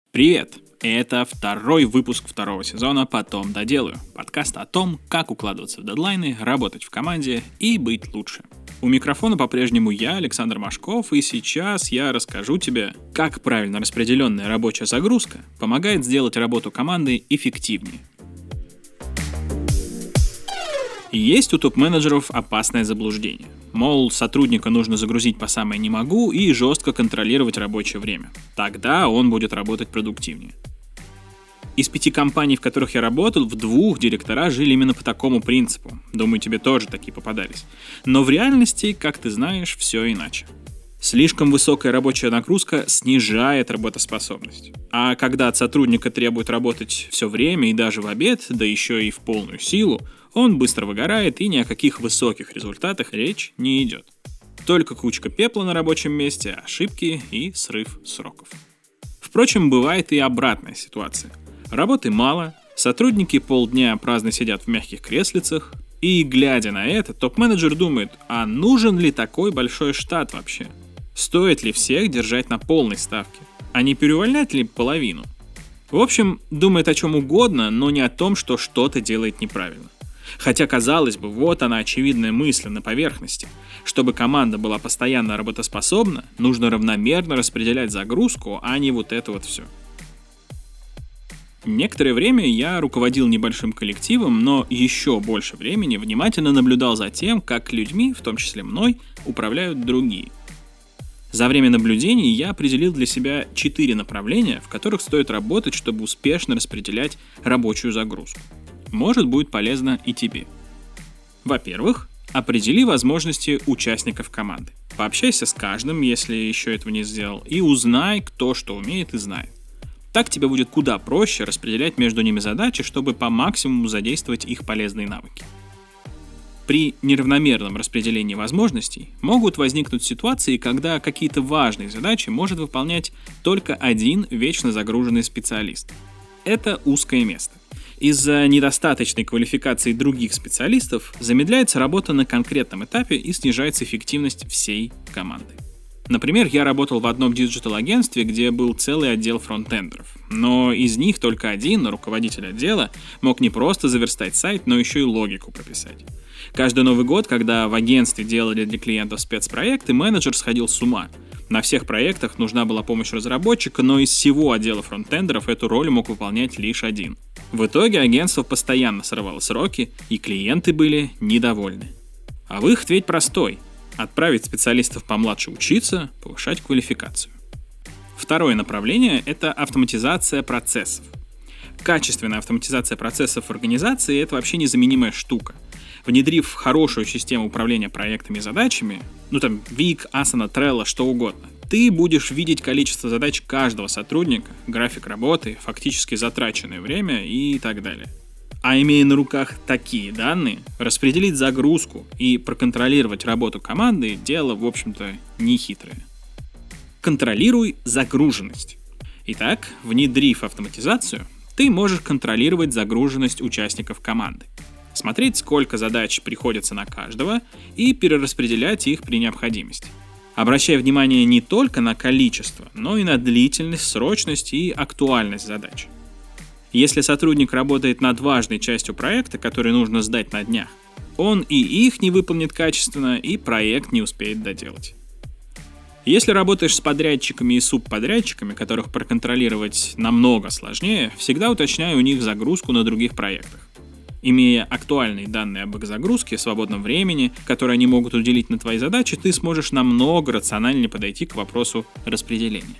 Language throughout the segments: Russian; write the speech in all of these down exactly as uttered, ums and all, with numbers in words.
Привет! Это второй выпуск второго сезона «Потом доделаю». Подкаст о том, как укладываться в дедлайны, работать в команде и быть лучше. У микрофона по-прежнему я, Александр Машков, и сейчас я расскажу тебе, как правильно распределенная рабочая загрузка помогает сделать работу команды эффективнее. Есть у топ-менеджеров опасное заблуждение. Мол, сотрудника нужно загрузить по самое не могу и жестко контролировать рабочее время. Тогда он будет работать продуктивнее. Из пяти компаний, в которых я работал, в двух директора жили именно по такому принципу. Думаю, тебе тоже такие попадались. Но в реальности, как ты знаешь, все иначе. Слишком высокая рабочая нагрузка снижает работоспособность. А когда от сотрудника требует работать все время и даже в обед, да еще и в полную силу, он быстро выгорает, и ни о каких высоких результатах речь не идет. Только кучка пепла на рабочем месте, ошибки и срыв сроков. Впрочем, бывает и обратная ситуация. Работы мало, сотрудники полдня праздно сидят в мягких креслицах, и, глядя на это, топ-менеджер думает, а нужен ли такой большой штат вообще? Стоит ли всех держать на полной ставке? А не переувольнять ли половину? В общем, думает о чем угодно, но не о том, что что-то делает неправильно. Хотя, казалось бы, вот она очевидная мысль на поверхности. Чтобы команда была постоянно работоспособна, нужно равномерно распределять загрузку, а не вот это вот все. Некоторое время я руководил небольшим коллективом, но еще больше времени внимательно наблюдал за тем, как людьми, в том числе мной, управляют другие. За время наблюдений я определил для себя четыре направления, в которых стоит работать, чтобы успешно распределять рабочую загрузку. Может, будет полезно и тебе. Во-первых, определи возможности участников команды. Пообщайся с каждым, если еще этого не сделал, и узнай, кто что умеет и знает. Так тебе будет куда проще распределять между ними задачи, чтобы по максимуму задействовать их полезные навыки. При неравномерном распределении возможностей могут возникнуть ситуации, когда какие-то важные задачи может выполнять только один вечно загруженный специалист. Это узкое место. Из-за недостаточной квалификации других специалистов замедляется работа на конкретном этапе и снижается эффективность всей команды. Например, я работал в одном диджитал-агентстве, где был целый отдел фронтендеров. Но из них только один, руководитель отдела, мог не просто заверстать сайт, но еще и логику прописать. Каждый Новый год, когда в агентстве делали для клиентов спецпроекты, менеджер сходил с ума. На всех проектах нужна была помощь разработчика, но из всего отдела фронтендеров эту роль мог выполнять лишь один. В итоге агентство постоянно срывало сроки, и клиенты были недовольны. А выход ведь простой. Отправить специалистов помладше учиться, повышать квалификацию. Второе направление – это автоматизация процессов. Качественная автоматизация процессов в организации – это вообще незаменимая штука. Внедрив хорошую систему управления проектами и задачами, ну там Вик, Asana, Trello, что угодно, ты будешь видеть количество задач каждого сотрудника, график работы, фактически затраченное время и так далее. А имея на руках такие данные, распределить загрузку и проконтролировать работу команды – дело, в общем-то, нехитрое. Контролируй загруженность. Итак, внедрив автоматизацию, ты можешь контролировать загруженность участников команды. Смотреть, сколько задач приходится на каждого, и перераспределять их при необходимости. Обращай внимание не только на количество, но и на длительность, срочность и актуальность задач. Если сотрудник работает над важной частью проекта, который нужно сдать на днях, он и их не выполнит качественно, и проект не успеет доделать. Если работаешь с подрядчиками и субподрядчиками, которых проконтролировать намного сложнее, всегда уточняй у них загрузку на других проектах. Имея актуальные данные об их загрузке, свободном времени, которое они могут уделить на твои задачи, ты сможешь намного рациональнее подойти к вопросу распределения.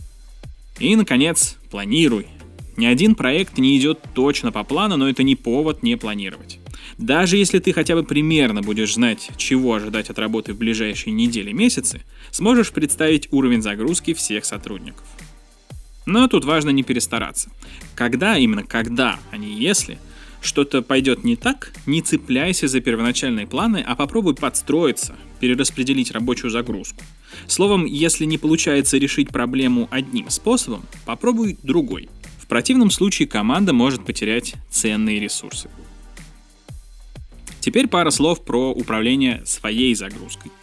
И, наконец, планируй. Ни один проект не идет точно по плану, но это не повод не планировать. Даже если ты хотя бы примерно будешь знать, чего ожидать от работы в ближайшие недели и месяцы, сможешь представить уровень загрузки всех сотрудников. Но тут важно не перестараться. Когда, именно когда, а не если, что-то пойдет не так, не цепляйся за первоначальные планы, а попробуй подстроиться, перераспределить рабочую загрузку. Словом, если не получается решить проблему одним способом, попробуй другой. В противном случае команда может потерять ценные ресурсы. Теперь пара слов про управление своей загрузкой.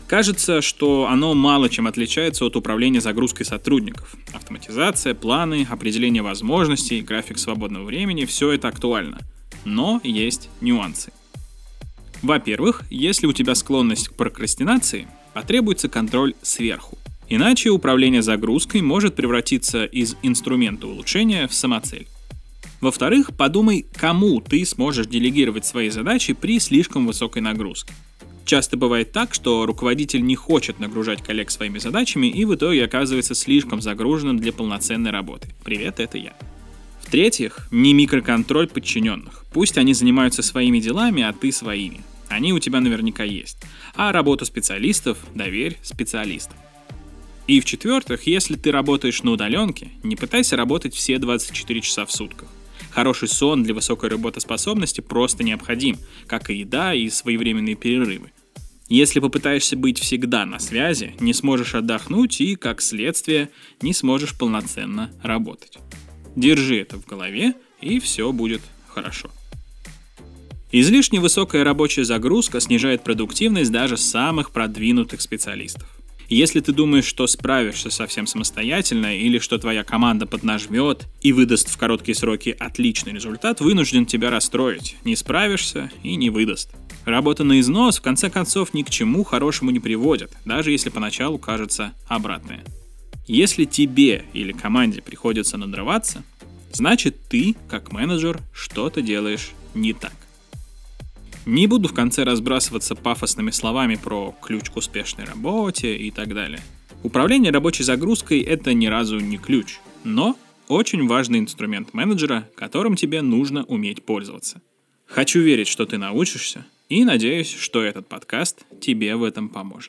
Кажется, что оно мало чем отличается от управления загрузкой сотрудников. Автоматизация, планы, определение возможностей, график свободного времени – все это актуально. Но есть нюансы. Во-первых, если у тебя склонность к прокрастинации, потребуется контроль сверху. Иначе управление загрузкой может превратиться из инструмента улучшения в самоцель. Во-вторых, подумай, кому ты сможешь делегировать свои задачи при слишком высокой нагрузке. Часто бывает так, что руководитель не хочет нагружать коллег своими задачами и в итоге оказывается слишком загруженным для полноценной работы. Привет, это я. В-третьих, не микроконтроль подчиненных. Пусть они занимаются своими делами, а ты своими. Они у тебя наверняка есть. А работу специалистов доверь специалистам. И в-четвертых, если ты работаешь на удаленке, не пытайся работать все двадцать четыре часа в сутках. Хороший сон для высокой работоспособности просто необходим, как и еда и своевременные перерывы. Если попытаешься быть всегда на связи, не сможешь отдохнуть и, как следствие, не сможешь полноценно работать. Держи это в голове, и все будет хорошо. Излишне высокая рабочая загрузка снижает продуктивность даже самых продвинутых специалистов. Если ты думаешь, что справишься совсем самостоятельно или что твоя команда поднажмет и выдаст в короткие сроки отличный результат, вынужден тебя расстроить. Не справишься и не выдаст. Работа на износ в конце концов ни к чему хорошему не приводит, даже если поначалу кажется обратное. Если тебе или команде приходится надрываться, значит ты, как менеджер, что-то делаешь не так. Не буду в конце разбрасываться пафосными словами про ключ к успешной работе и так далее. Управление рабочей загрузкой – это ни разу не ключ, но очень важный инструмент менеджера, которым тебе нужно уметь пользоваться. Хочу верить, что ты научишься, и надеюсь, что этот подкаст тебе в этом поможет.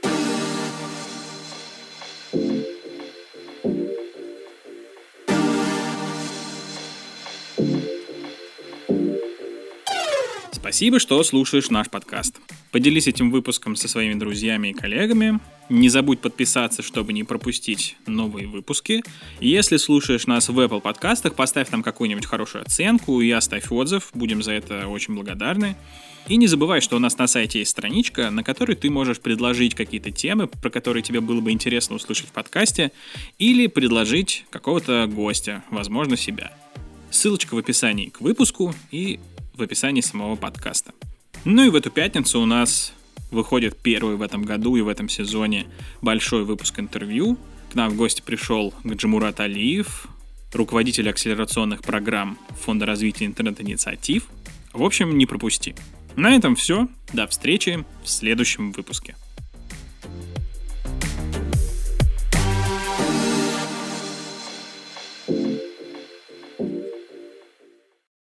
Спасибо, что слушаешь наш подкаст. Поделись этим выпуском со своими друзьями и коллегами. Не забудь подписаться, чтобы не пропустить новые выпуски. Если слушаешь нас в Apple подкастах, поставь там какую-нибудь хорошую оценку и оставь отзыв. Будем за это очень благодарны. И не забывай, что у нас на сайте есть страничка, на которой ты можешь предложить какие-то темы, про которые тебе было бы интересно услышать в подкасте, или предложить какого-то гостя, возможно, себя. Ссылочка в описании к выпуску и в описании самого подкаста. Ну и в эту пятницу у нас выходит первый в этом году и в этом сезоне большой выпуск интервью. К нам в гости пришел Гаджимурат Алиев, руководитель акселерационных программ Фонда развития интернет-инициатив. В общем, не пропусти. На этом все. До встречи в следующем выпуске.